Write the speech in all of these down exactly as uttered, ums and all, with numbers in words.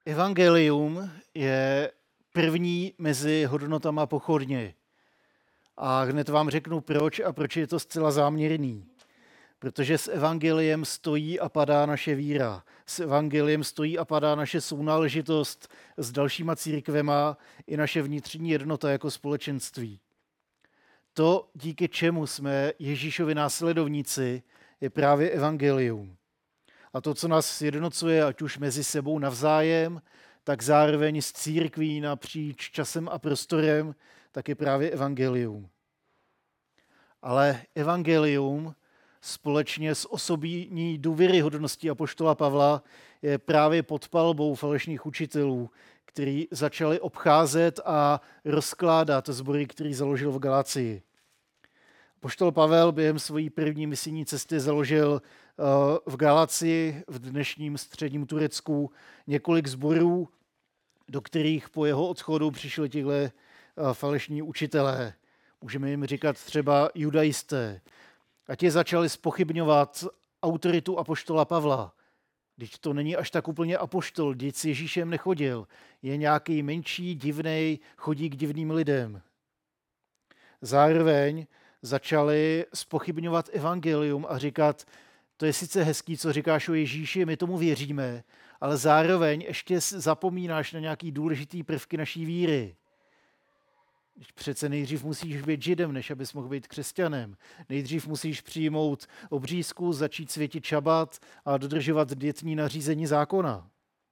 Evangelium je první mezi hodnotama pochodně. A hned vám řeknu proč a proč je to zcela záměrný. Protože s evangeliem stojí a padá naše víra. S evangeliem stojí a padá naše sounáležitost s dalšíma církvema i naše vnitřní jednota jako společenství. To, díky čemu jsme Ježíšovi následovníci, je právě evangelium. A to, co nás sjednocuje, ať už mezi sebou navzájem, tak zároveň s církví napříč časem a prostorem, tak je právě evangelium. Ale evangelium společně s osobní důvěryhodností apoštola Pavla je právě pod palbou falešných učitelů, kteří začali obcházet a rozkládat sbory, který založil v Galácii. Apoštol Pavel během své první misijní cesty založil v Galácii, v dnešním středním Turecku, několik sborů, do kterých po jeho odchodu přišli tihle falešní učitelé. Můžeme jim říkat třeba judaisté. A ti začali zpochybňovat autoritu apoštola Pavla. Vždyť to není až tak úplně apoštol, vždyť s Ježíšem nechodil. Je nějaký menší, divnej, chodí k divným lidem. Zároveň začali zpochybňovat evangelium a říkat, to je sice hezký, co říkáš o Ježíši, my tomu věříme, ale zároveň ještě zapomínáš na nějaký důležitý prvky naší víry. Přece nejdřív musíš být židem, než abys mohl být křesťanem. Nejdřív musíš přijmout obřízku, začít světit šabat a dodržovat dietní nařízení zákona.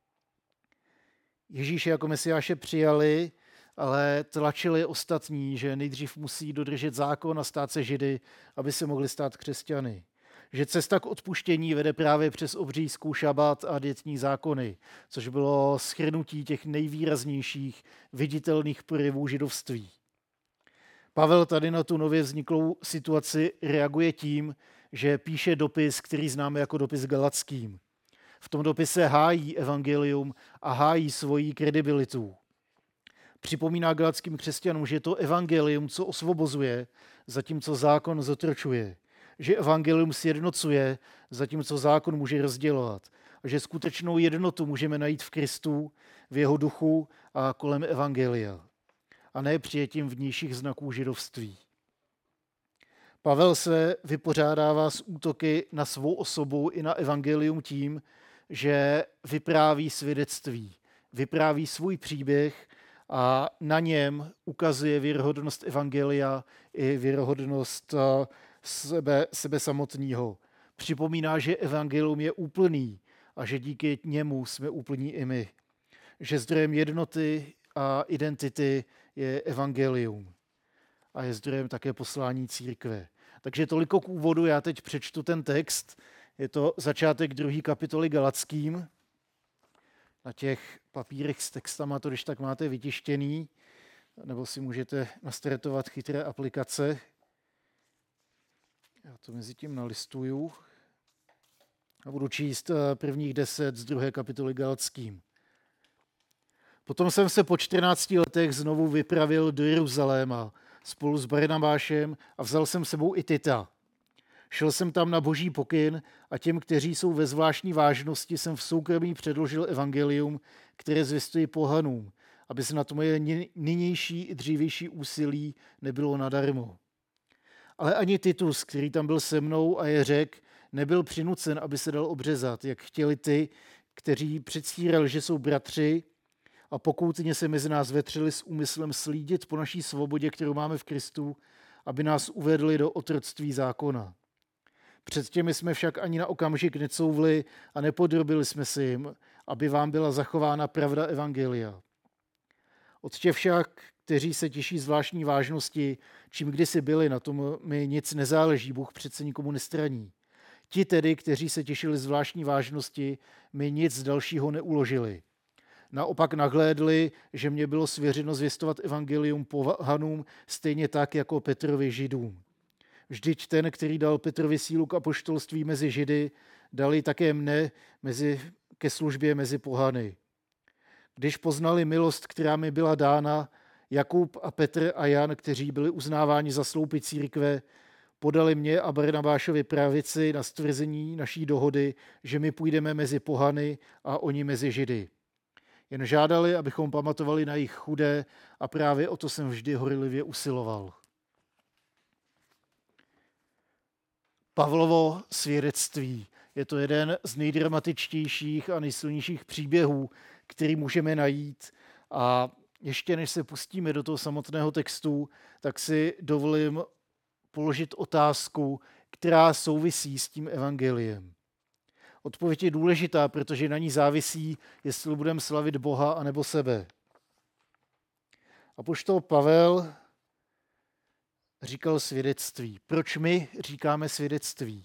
Ježíše jako mesiáše přijali, ale tlačili ostatní, že nejdřív musí dodržet zákon a stát se židy, aby se mohli stát křesťany. Že cesta k odpuštění vede právě přes obřízku, šabat a dietní zákony, což bylo shrnutí těch nejvýraznějších viditelných projevů židovství. Pavel tady na tu nově vzniklou situaci reaguje tím, že píše dopis, který známe jako dopis Galackým. V tom dopise hájí evangelium a hájí svoji kredibilitu. Připomíná galackým křesťanům, že je to evangelium, co osvobozuje, zatímco zákon zotročuje. Že evangelium sjednocuje, zatímco zákon může rozdělovat. A že skutečnou jednotu můžeme najít v Kristu, v jeho duchu a kolem evangelia. A ne přijetím vnějších znaků židovství. Pavel se vypořádává s útoky na svou osobu i na evangelium tím, že vypráví svědectví, vypráví svůj příběh a na něm ukazuje věrohodnost evangelia i věrohodnost sebe, sebe samotného. Připomíná, že evangelium je úplný a že díky němu jsme úplní i my. Že zdrojem jednoty a identity je evangelium a je zdrojem také poslání církve. Takže toliko k úvodu, já teď přečtu ten text. Je to začátek druhé kapitoly Galackým. Na těch papírech s textama to, když tak máte vytištěný, nebo si můžete nastartovat chytré aplikace. Já to mezi tím nalistuju a budu číst prvních deset z druhé kapitoly Galackým. Potom jsem se po čtrnácti letech znovu vypravil do Jeruzaléma spolu s Barnabášem a vzal jsem sebou i Tita. Šel jsem tam na boží pokyn a těm, kteří jsou ve zvláštní vážnosti, jsem v soukromí předložil evangelium, které zvěstuji pohanům, aby se na to moje nynější i dřívější úsilí nebylo nadarmo. Ale ani Titus, který tam byl se mnou a je řek, nebyl přinucen, aby se dal obřezat, jak chtěli ty, kteří předstírali, že jsou bratři a pokoutně se mezi nás vetřili s úmyslem slídit po naší svobodě, kterou máme v Kristu, aby nás uvedli do otroctví zákona. Před těmi jsme však ani na okamžik necouvli a nepodrobili jsme se jim, aby vám byla zachována pravda evangelia. Od těch však, kteří se těší zvláštní vážnosti, čím kdysi byli, na tom mi nic nezáleží, Bůh přece nikomu nestraní. Ti tedy, kteří se těšili zvláštní vážnosti, mi nic dalšího neuložili. Naopak nahlédli, že mě bylo svěřeno zvěstovat evangelium pohanům stejně tak, jako Petrovi židům. Vždyť ten, který dal Petrovi sílu k apoštolství mezi židy, dali také mne mezi, ke službě mezi pohany. Když poznali milost, která mi byla dána, Jakub a Petr a Jan, kteří byli uznáváni za sloupy církve, podali mě a Barnabášovi pravici na stvrzení naší dohody, že my půjdeme mezi pohany a oni mezi židy. Jen žádali, abychom pamatovali na jejich chudé a právě o to jsem vždy horlivě usiloval. Pavlovo svědectví. Je to jeden z nejdramatičtějších a nejsilnějších příběhů, který můžeme najít. A ještě než se pustíme do toho samotného textu, tak si dovolím položit otázku, která souvisí s tím evangeliem. Odpověď je důležitá, protože na ní závisí, jestli budeme slavit Boha anebo sebe. Apoštol Pavel říkal svědectví. Proč my říkáme svědectví?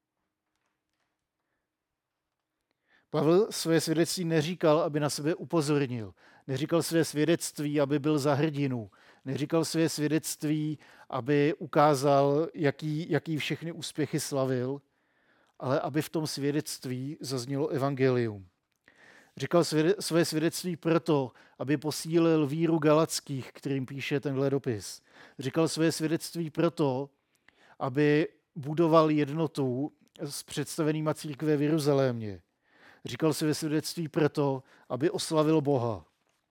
Pavel své svědectví neříkal, aby na sebe upozornil. Neříkal své svědectví, aby byl za hrdinu. Neříkal své svědectví, aby ukázal, jaký, jaký všechny úspěchy slavil, ale aby v tom svědectví zaznělo evangelium. Říkal své svědectví proto, aby posílil víru Galackých, kterým píše tenhle dopis. Říkal své svědectví proto, aby budoval jednotu s představenýma církve v Jeruzalémě. Říkal své svědectví proto, aby oslavil Boha.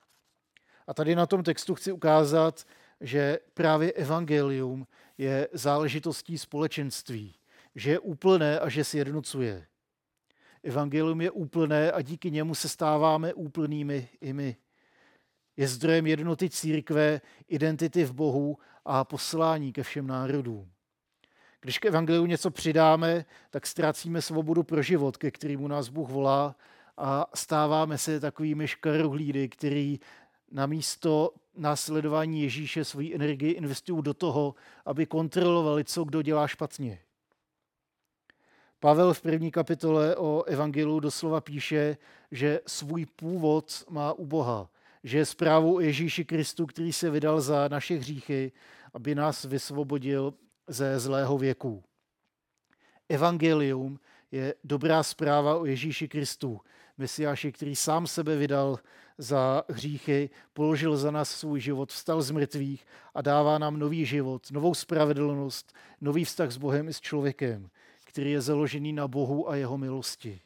A tady na tom textu chci ukázat, že právě evangelium je záležitostí společenství, že je úplné a že sjednocuje. Evangelium je úplné a díky němu se stáváme úplnými i my. Je zdrojem jednoty církve, identity v Bohu a poslání ke všem národům. Když k evangeliu něco přidáme, tak ztrácíme svobodu pro život, ke kterému nás Bůh volá, a stáváme se takovými škarohlídy, který namísto následování Ježíše svoji energii investují do toho, aby kontrolovali, co kdo dělá špatně. Pavel v první kapitole o evangeliu doslova píše, že svůj původ má u Boha, že je zprávou o Ježíši Kristu, který se vydal za naše hříchy, aby nás vysvobodil ze zlého věku. Evangelium je dobrá zpráva o Ježíši Kristu, Mesiáši, který sám sebe vydal za hříchy, položil za nás svůj život, vstal z mrtvých a dává nám nový život, novou spravedlnost, nový vztah s Bohem i s člověkem, který je založený na Bohu a jeho milosti.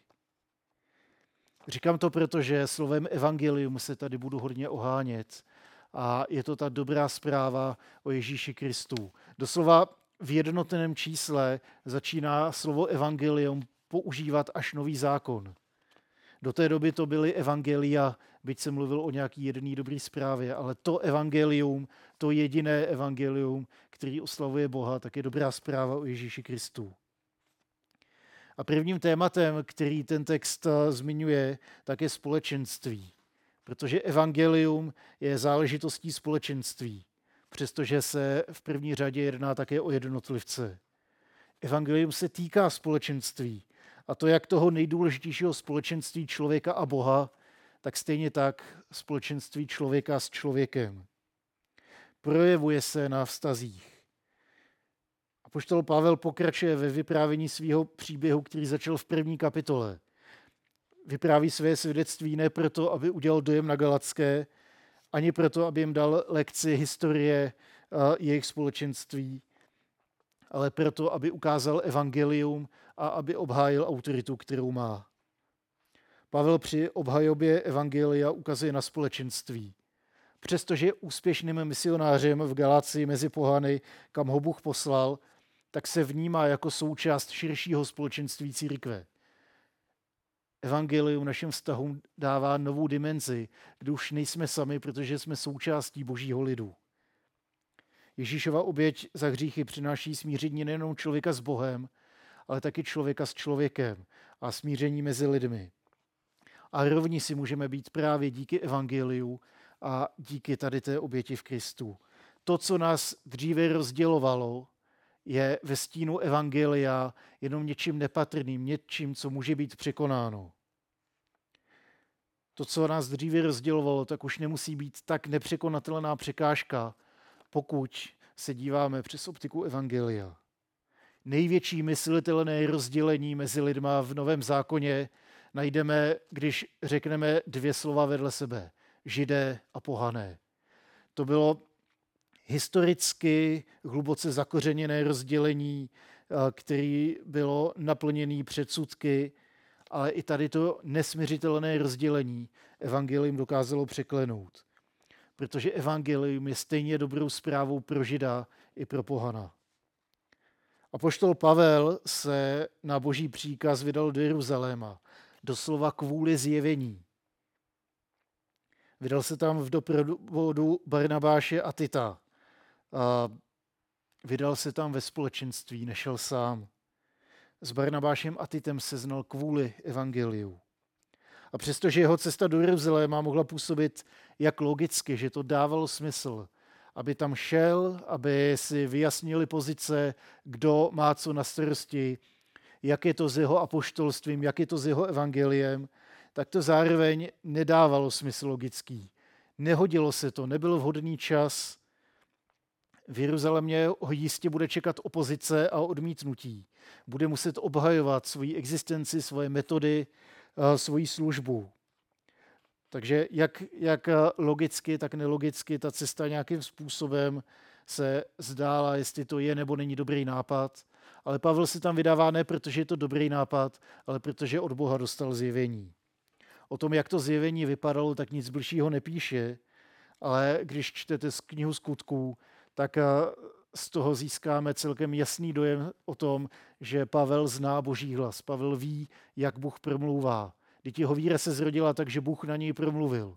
Říkám to proto, že slovem evangelium se tady budu hodně ohánět a je to ta dobrá zpráva o Ježíši Kristu. Doslova v jednotném čísle začíná slovo evangelium používat až Nový zákon. Do té doby to byly evangelia, byť se mluvil o nějaký jedný dobrý zprávě, ale to evangelium, to jediné evangelium, který oslavuje Boha, tak je dobrá zpráva o Ježíši Kristu. A prvním tématem, který ten text zmiňuje, tak je společenství. Protože evangelium je záležitostí společenství, přestože se v první řadě jedná také o jednotlivce. Evangelium se týká společenství, a to jak toho nejdůležitějšího společenství člověka a Boha, tak stejně tak společenství člověka s člověkem. Projevuje se na vztazích. Apoštol Pavel pokračuje ve vyprávění svého příběhu, který začal v první kapitole. Vypráví své svědectví ne proto, aby udělal dojem na Galacké, ani proto, aby jim dal lekci historie jejich společenství, ale proto, aby ukázal evangelium a aby obhájil autoritu, kterou má. Pavel při obhajobě evangelia ukazuje na společenství. Přestože je úspěšným misionářem v Galácii mezi pohany, kam ho Bůh poslal, tak se vnímá jako součást širšího společenství církve. Evangelium našim vztahům dává novou dimenzi, kde už nejsme sami, protože jsme součástí Božího lidu. Ježíšova oběť za hříchy přináší smíření nejenom člověka s Bohem, ale taky člověka s člověkem a smíření mezi lidmi. A rovní si můžeme být právě díky evangeliu a díky tady té oběti v Kristu. To, co nás dříve rozdělovalo, je ve stínu evangelia jenom něčím nepatrným, něčím, co může být překonáno. To, co nás dříve rozdělovalo, tak už nemusí být tak nepřekonatelná překážka, pokud se díváme přes optiku evangelia. Největší myslitelné rozdělení mezi lidma v Novém zákoně najdeme, když řekneme dvě slova vedle sebe. Židé a pohané. To bylo historicky hluboce zakořeněné rozdělení, které bylo naplněné předsudky, ale i tady to nesmiřitelné rozdělení evangelium dokázalo překlenout. Protože evangelium je stejně dobrou zprávou pro Žida i pro pohana. Apoštol Pavel se na boží příkaz vydal do Jeruzaléma, doslova kvůli zjevení. Vydal se tam v doprovodu Barnabáše a Tita. A vydal se tam ve společenství, nešel sám. S Barnabášem a Titem se znal kvůli evangeliu. A přestože jeho cesta do Jeruzaléma mohla působit jak logicky, že to dávalo smysl, aby tam šel, aby si vyjasnili pozice, kdo má co na starosti, jak je to s jeho apoštolstvím, jak je to s jeho evangeliem, tak to zároveň nedávalo smysl logický. Nehodilo se to, nebyl vhodný čas. V Jeruzalémě ho jistě bude čekat opozice a odmítnutí. Bude muset obhajovat svoji existenci, svoje metody, svoji službu. Takže jak, jak logicky, tak nelogicky ta cesta nějakým způsobem se zdála, jestli to je nebo není dobrý nápad. Ale Pavel se tam vydává ne, protože je to dobrý nápad, ale protože od Boha dostal zjevení. O tom, jak to zjevení vypadalo, tak nic bližšího nepíše, ale když čtete z knihu Skutků, tak z toho získáme celkem jasný dojem o tom, že Pavel zná Boží hlas. Pavel ví, jak Bůh promlouvá. Vždyť jeho víra se zrodila tak, že Bůh na něj promluvil.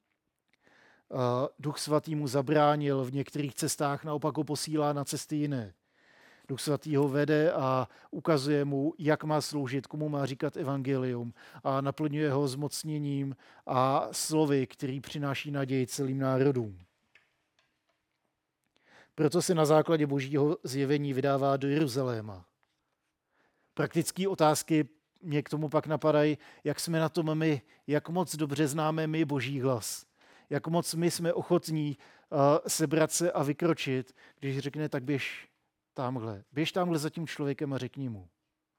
Duch svatý mu zabránil v některých cestách, naopak ho posílá na cesty jiné. Duch svatý ho vede a ukazuje mu, jak má sloužit, komu má říkat evangelium a naplňuje ho zmocněním a slovy, který přináší naději celým národům. Proto se na základě božího zjevení vydává do Jeruzaléma. Praktické otázky mě k tomu pak napadají, jak jsme na tom my, jak moc dobře známe my boží hlas, jak moc my jsme ochotní uh, sebrat se a vykročit, když řekne, tak běž tamhle, běž tamhle za tím člověkem a řekni mu.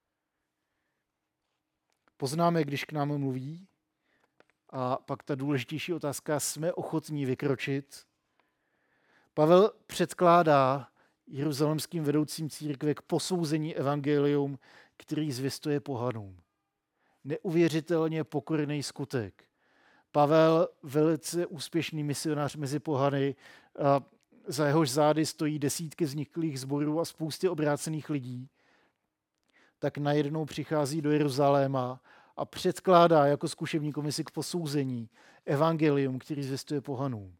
Poznáme, když k nám mluví, a pak ta důležitější otázka, jsme ochotní vykročit. Pavel předkládá jeruzalemským vedoucím církve k posouzení evangelium, který zvěstuje pohanům. Neuvěřitelně pokorný skutek. Pavel, velice úspěšný misionář mezi pohany, a za jehož zády stojí desítky vzniklých sborů a spousty obrácených lidí, tak najednou přichází do Jeruzaléma a předkládá jako zkušební komisi k posouzení evangelium, který zvěstuje pohanům.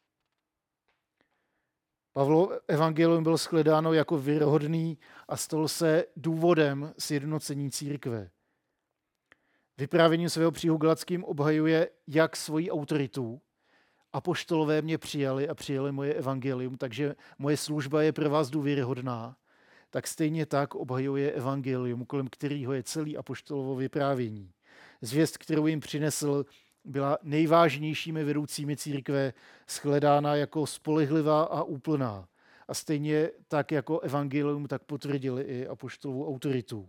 Pavlovo evangelium bylo shledáno jako věrohodný a stalo se důvodem sjednocení církve. Vyprávěním svého příběhu Galackým obhajuje jak svoji autoritu. Apoštolové mě přijali a přijali moje evangelium, takže moje služba je pro vás důvěryhodná. Tak stejně tak obhajuje evangelium, kolem kterého je celý apoštolovo vyprávění. Zvěst, kterou jim přinesl, byla nejvážnějšími vedoucími církve shledána jako spolehlivá a úplná. A stejně tak jako evangelium, tak potvrdili i apoštolovou autoritu.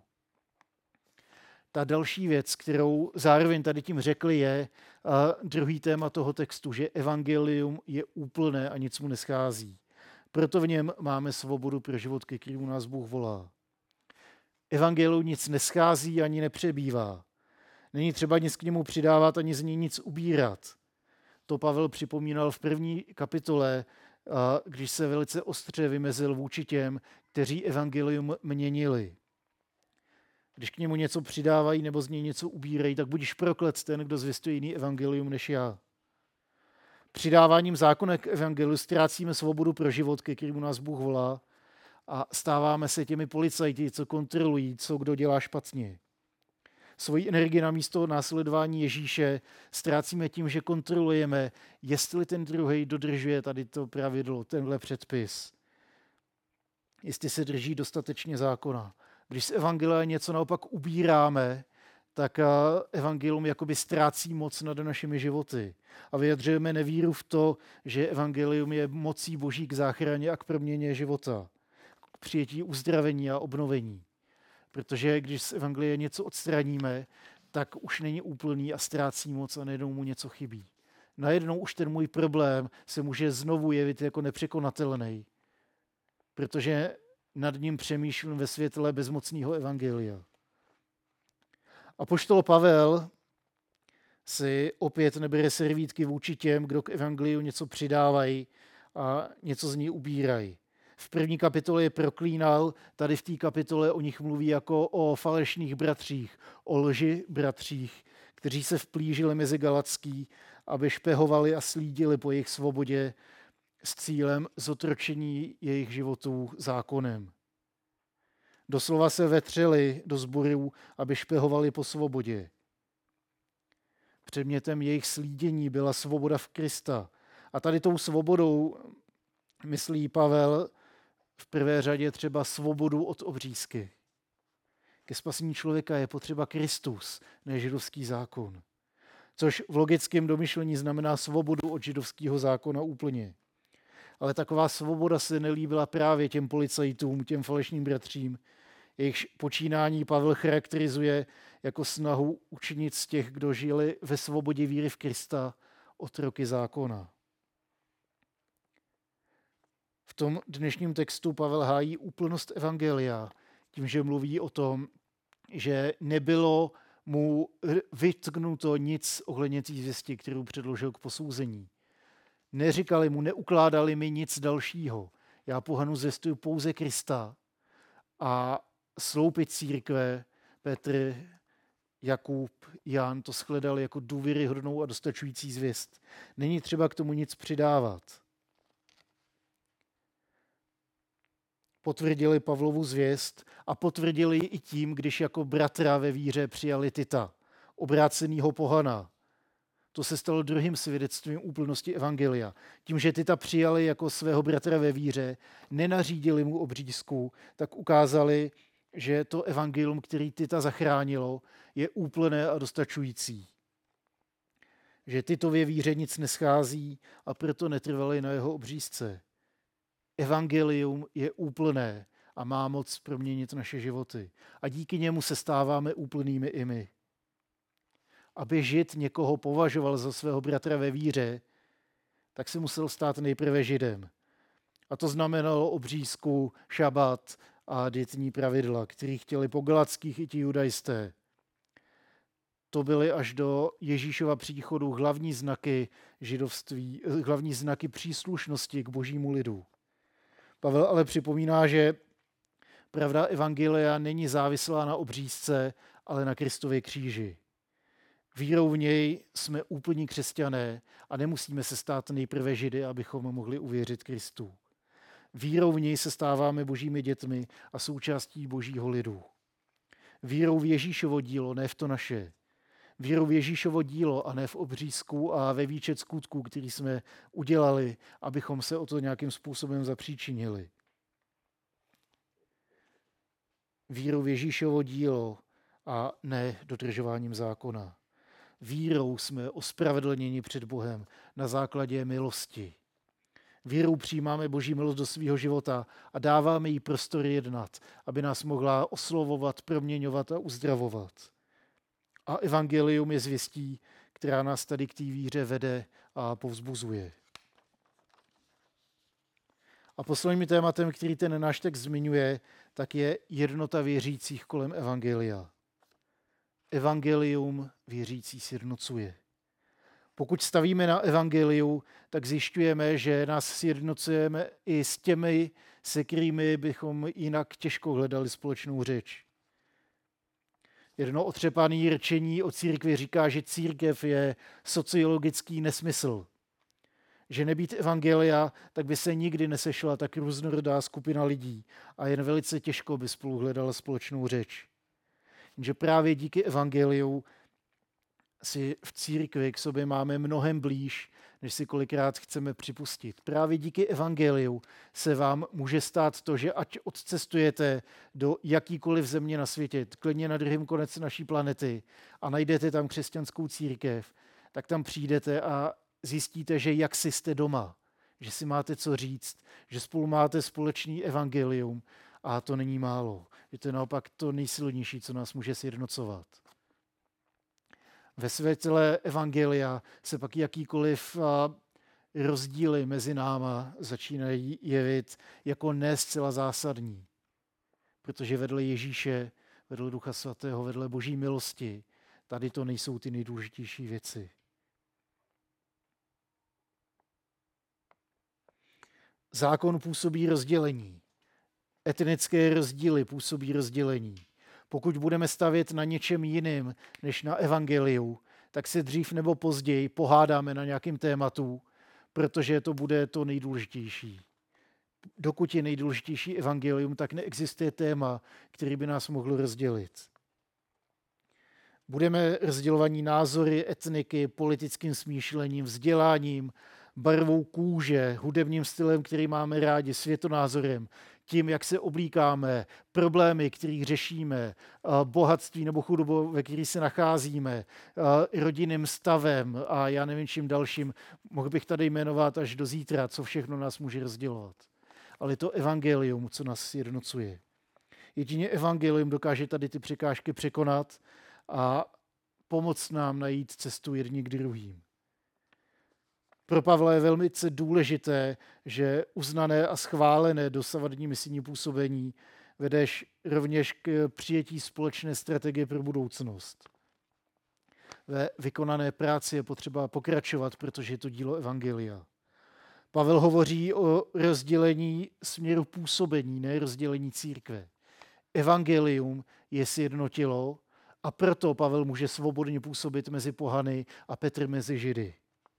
Ta další věc, kterou zároveň tady tím řekli, je a druhý téma toho textu, že evangelium je úplné a nic mu neschází. Proto v něm máme svobodu pro život, ke kterému nás Bůh volá. Evangelium nic neschází ani nepřebývá. Není třeba nic k němu přidávat, ani z něj nic ubírat. To Pavel připomínal v první kapitole, když se velice ostře vymezil vůči těm, kteří evangelium měnili. Když k němu něco přidávají nebo z něj něco ubírají, tak budiš proklet ten, kdo zvěstuje jiný evangelium než já. Přidáváním zákona k evangeliu ztrácíme svobodu pro život, ke kterému nás Bůh volá, a stáváme se těmi policajti, co kontrolují, co kdo dělá špatně. Svoji energii na místo následování Ježíše ztrácíme tím, že kontrolujeme, jestli ten druhý dodržuje tady to pravidlo, tenhle předpis. Jestli se drží dostatečně zákona. Když z evangelia něco naopak ubíráme, tak evangelium jakoby ztrácí moc nad našimi životy. A vyjadřujeme nevíru v to, že evangelium je mocí Boží k záchraně a k proměně života, k přijetí uzdravení a obnovení. Protože když z evangelia něco odstraníme, tak už není úplný a ztrácí moc a najednou mu něco chybí. Najednou už ten můj problém se může znovu jevit jako nepřekonatelný, protože nad ním přemýšlím ve světle bezmocného evangelia. Apoštol Pavel si opět nebere servítky vůči těm, kdo k evangeliu něco přidávají a něco z ní ubírají. V první kapitole je proklínal, tady v té kapitole o nich mluví jako o falešných bratřích, o lži bratřích, kteří se vplížili mezi Galatský, aby špehovali a slídili po jejich svobodě s cílem zotročení jejich životů zákonem. Doslova se vetřeli do sborů, aby špehovali po svobodě. Předmětem jejich slídění byla svoboda v Krista. A tady tou svobodou myslí Pavel v prvé řadě třeba svobodu od obřízky. Ke spasení člověka je potřeba Kristus, ne židovský zákon. Což v logickém domyšlení znamená svobodu od židovského zákona úplně. Ale taková svoboda se nelíbila právě těm policajtům, těm falešným bratřím. Jejichž počínání Pavel charakterizuje jako snahu učinit z těch, kdo žili ve svobodě víry v Krista, otroky zákona. V tom dnešním textu Pavel hájí úplnost evangelia tím, že mluví o tom, že nebylo mu vytknuto nic ohledně té zvěsti, kterou předložil k posouzení. Neříkali mu, neukládali mi nic dalšího. Já pohanu zvěstuju pouze Krista a sloupit církve, Petr, Jakub, Jan to shledali jako důvěryhodnou a dostačující zvěst. Není třeba k tomu nic přidávat. Potvrdili Pavlovu zvěst a potvrdili ji i tím, když jako bratra ve víře přijali Tita, obrácenýho pohana. To se stalo druhým svědectvím úplnosti evangelia. Tím, že Tita přijali jako svého bratra ve víře, nenařídili mu obřízku, tak ukázali, že to evangelium, který Tita zachránilo, je úplné a dostačující. Že Titově víře nic neschází a proto netrvali na jeho obřízce. Evangelium je úplné a má moc proměnit naše životy. A díky němu se stáváme úplnými i my. Aby žid někoho považoval za svého bratra ve víře, tak se musel stát nejprve židem. A to znamenalo obřízku, šabat a dietní pravidla, který chtěli po galackých i ti judajsté. To byly až do Ježíšova příchodu hlavní znaky židovství, hlavní znaky příslušnosti k božímu lidu. Pavel ale připomíná, že pravda evangelia není závislá na obřízce, ale na Kristově kříži. Vírou v něj jsme úplní křesťané a nemusíme se stát nejprve židy, abychom mohli uvěřit Kristu. Vírou v něj se stáváme božími dětmi a součástí božího lidu. Vírou v Ježíšovo dílo, ne v to naše. Vírou v Ježíšovo dílo a ne v obřízku a ve výčet skutků, který jsme udělali, abychom se o to nějakým způsobem zapříčinili. Vírou v Ježíšovo dílo a ne dodržováním zákona. Vírou jsme ospravedlněni před Bohem na základě milosti. Vírou přijímáme boží milost do svého života a dáváme jí prostor jednat, aby nás mohla oslovovat, proměňovat a uzdravovat. A evangelium je zvěstí, která nás tady k té víře vede a povzbuzuje. A posledním tématem, který ten náš text zmiňuje, tak je jednota věřících kolem evangelia. Evangelium věřící sjednocuje. Pokud stavíme na evangeliu, tak zjišťujeme, že nás sjednocujeme i s těmi, se kterými bychom jinak těžko hledali společnou řeč. Jedno otřepané rčení o církvi říká, že církev je sociologický nesmysl. Že nebýt evangelia, tak by se nikdy nesešla tak různorodá skupina lidí a jen velice těžko by spolu hledala společnou řeč. Že právě díky evangeliu si v církvi k sobě máme mnohem blíž, než si kolikrát chceme připustit. Právě díky evangeliu se vám může stát to, že ať odcestujete do jakýkoliv země na světě, klidně na druhém konci naší planety a najdete tam křesťanskou církev, tak tam přijdete a zjistíte, že jak si jste doma, že si máte co říct, že spolu máte společný evangelium a to není málo. Je to naopak to nejsilnější, co nás může sjednocovat. Ve světle evangelia se pak jakýkoliv rozdíly mezi náma začínají jevit jako ne zcela zásadní. Protože vedle Ježíše, vedle Ducha Svatého, vedle Boží milosti, Tady to nejsou ty nejdůležitější věci. Zákon působí rozdělení. Etnické rozdíly působí rozdělení. Pokud budeme stavět na něčem jiným než na evangeliu, tak se dřív nebo později pohádáme na nějakém tématu, protože to bude to nejdůležitější. Dokud je nejdůležitější evangelium, tak neexistuje téma, který by nás mohl rozdělit. Budeme rozdělovaní názory, etniky, politickým smýšlením, vzděláním, barvou kůže, hudebním stylem, který máme rádi, světonázorem, tím, jak se oblíkáme, problémy, které řešíme, bohatství nebo chudobu, ve které se nacházíme, rodinným stavem a já nevím čím dalším. Mohl bych tady jmenovat až do zítra, co všechno nás může rozdělovat. Ale je to evangelium, co nás sjednocuje. Jedině evangelium dokáže tady ty překážky překonat a pomoct nám najít cestu jedni k druhým. Pro Pavla je velmi důležité, že uznané a schválené dosavadní misijní působení vedeš rovněž k přijetí společné strategie pro budoucnost. Ve vykonané práci je potřeba pokračovat, protože je to dílo evangelia. Pavel hovoří o rozdělení směru působení, ne rozdělení církve. Evangelium je sjednotilo a proto Pavel může svobodně působit mezi pohany a Petr mezi Židy.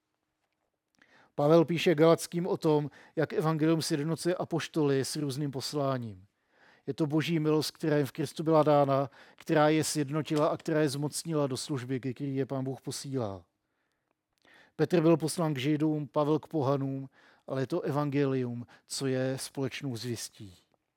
Pavel píše Galackým o tom, jak evangelium sjednocuje apoštoly s různým posláním. Je to boží milost, která jim v Kristu byla dána, která je sjednotila a která je zmocnila do služby, ke který je Pán Bůh posílá. Petr byl poslán k Židům, Pavel k pohanům, ale je to evangelium, co je společnou zvěstí.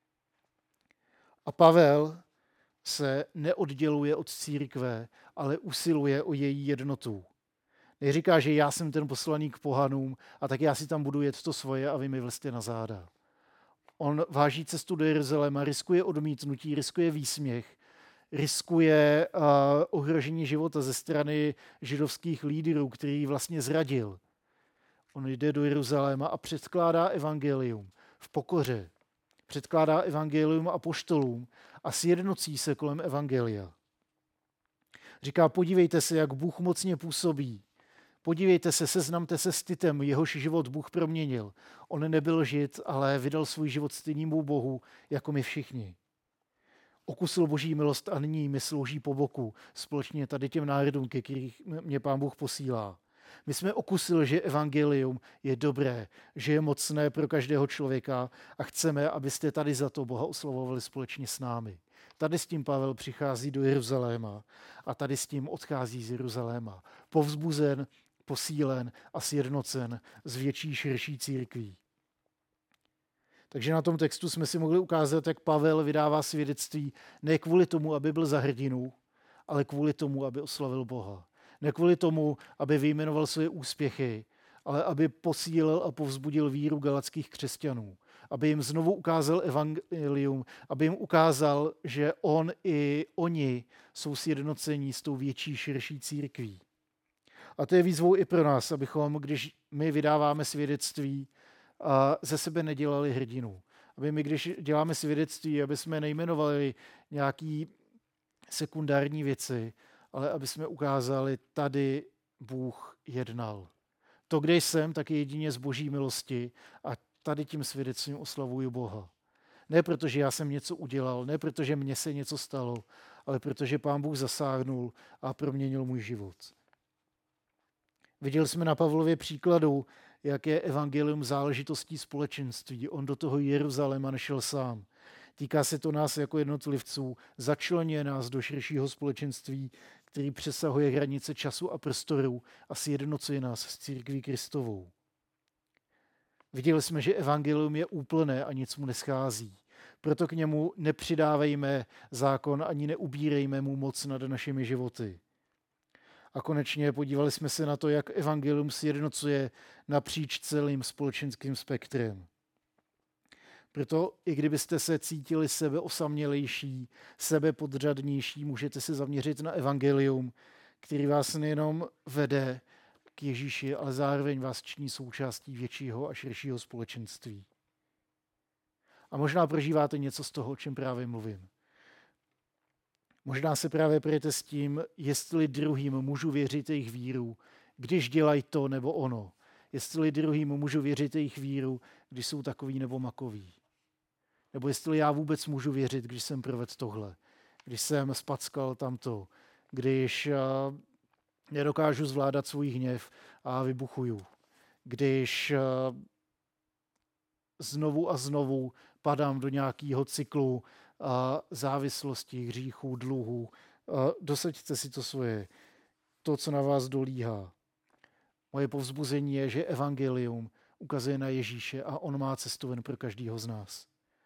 A Pavel se neodděluje od církve, ale usiluje o její jednotu. Neříká, že já jsem ten poslaný k pohanům a tak já si tam budu jet to svoje a vy mi vlezte na záda. On váží cestu do Jeruzaléma, riskuje odmítnutí, riskuje výsměch, riskuje uh, ohrožení života ze strany židovských lídrů, který vlastně zradil. On jde do Jeruzaléma a předkládá evangelium v pokoře. Předkládá evangelium apoštolům a sjednocí se kolem evangelia. Říká, podívejte se, jak Bůh mocně působí. Podívejte se, seznamte se s Titem, jehož život Bůh proměnil. On nebyl Žid, ale vydal svůj život stejnému Bohu, jako my všichni. Okusil boží milost a nyní mi slouží po boku, společně tady těm národům, ke kterých mě Pán Bůh posílá. My jsme okusili, že evangelium je dobré, že je mocné pro každého člověka a chceme, abyste tady za to Boha oslavovali společně s námi. Tady s tím Pavel přichází do Jeruzaléma a tady s tím odchází z Jeruzaléma. Povzbuzen, posílen a sjednocen z větší, širší církví. Takže na tom textu jsme si mohli ukázat, jak Pavel vydává svědectví ne kvůli tomu, aby byl za hrdinu, ale kvůli tomu, aby oslavil Boha. Ne kvůli tomu, aby vyjmenoval své úspěchy, ale aby posílil a povzbudil víru galackých křesťanů. Aby jim znovu ukázal evangelium, aby jim ukázal, že on i oni jsou sjednocení s tou větší, širší církví. A to je výzvou i pro nás, abychom, když my vydáváme svědectví, a ze sebe nedělali hrdinu. Aby my, když děláme svědectví, aby jsme nejmenovali nějaký sekundární věci, ale aby jsme ukázali, tady Bůh jednal. To, kde jsem, tak je jedině z boží milosti a tady tím svědectvím oslavuju Boha. Ne protože já jsem něco udělal, ne protože mně se něco stalo, ale protože Pán Bůh zasáhnul a proměnil můj život. Viděli jsme na Pavlově příkladu, jak je evangelium záležitostí společenství. On do toho Jeruzaléma nešel sám. Týká se to nás jako jednotlivců, začleňuje nás do širšího společenství, který přesahuje hranice času a prostoru a sjednocuje nás s církví Kristovou. Viděli jsme, že evangelium je úplné a nic mu neschází. Proto k němu nepřidávejme zákon ani neubírejme mu moc nad našimi životy. A konečně podívali jsme se na to, jak evangelium sjednocuje napříč celým společenským spektrem. Proto i kdybyste se cítili sebe osamělejší, sebe podřadnější, můžete se zaměřit na evangelium, který vás nejenom vede k Ježíši, ale zároveň vás činí součástí většího a širšího společenství. A možná prožíváte něco z toho, o čem právě mluvím. Možná se právě pojete s tím, jestli druhým můžu věřit jejich víru, když dělají to nebo ono. Jestli druhým můžu věřit jejich víru, když jsou takový nebo makový. Nebo jestli já vůbec můžu věřit, když jsem provedl tohle. Když jsem spackal tamto. Když uh, nedokážu zvládat svůj hněv a vybuchuju. Když uh, znovu a znovu padám do nějakého cyklu uh, závislosti, hříchů, dluhů. Uh, dosaďte si to svoje. To, co na vás dolíhá. Moje povzbuzení je, že evangelium ukazuje na Ježíše a on má cestu ven pro každého z nás.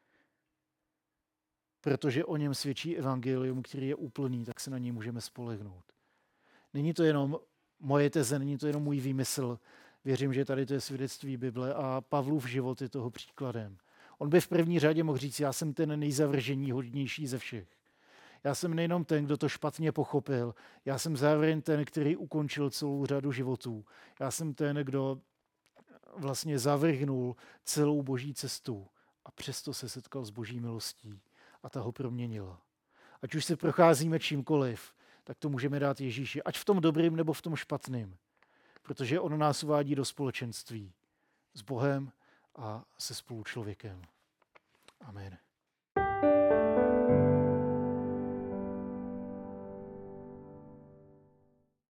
Protože o něm svědčí evangelium, který je úplný, tak se na něj můžeme spolehnout. Není to jenom moje teze, není to jenom můj výmysl. Věřím, že tady to je svědectví Bible a Pavlův život je toho příkladem. On by v první řadě mohl říct, já jsem ten nejzavržení hodnější ze všech. Já jsem nejenom ten, kdo to špatně pochopil, já jsem zároveň ten, který ukončil celou řadu životů. Já jsem ten, kdo vlastně zavrhnul celou boží cestu a přesto se setkal s boží milostí a ta ho proměnila. Ať už se procházíme čímkoliv, tak to můžeme dát Ježíši, ať v tom dobrým nebo v tom špatným, protože on nás uvádí do společenství s Bohem a se spolučlověkem. Amen.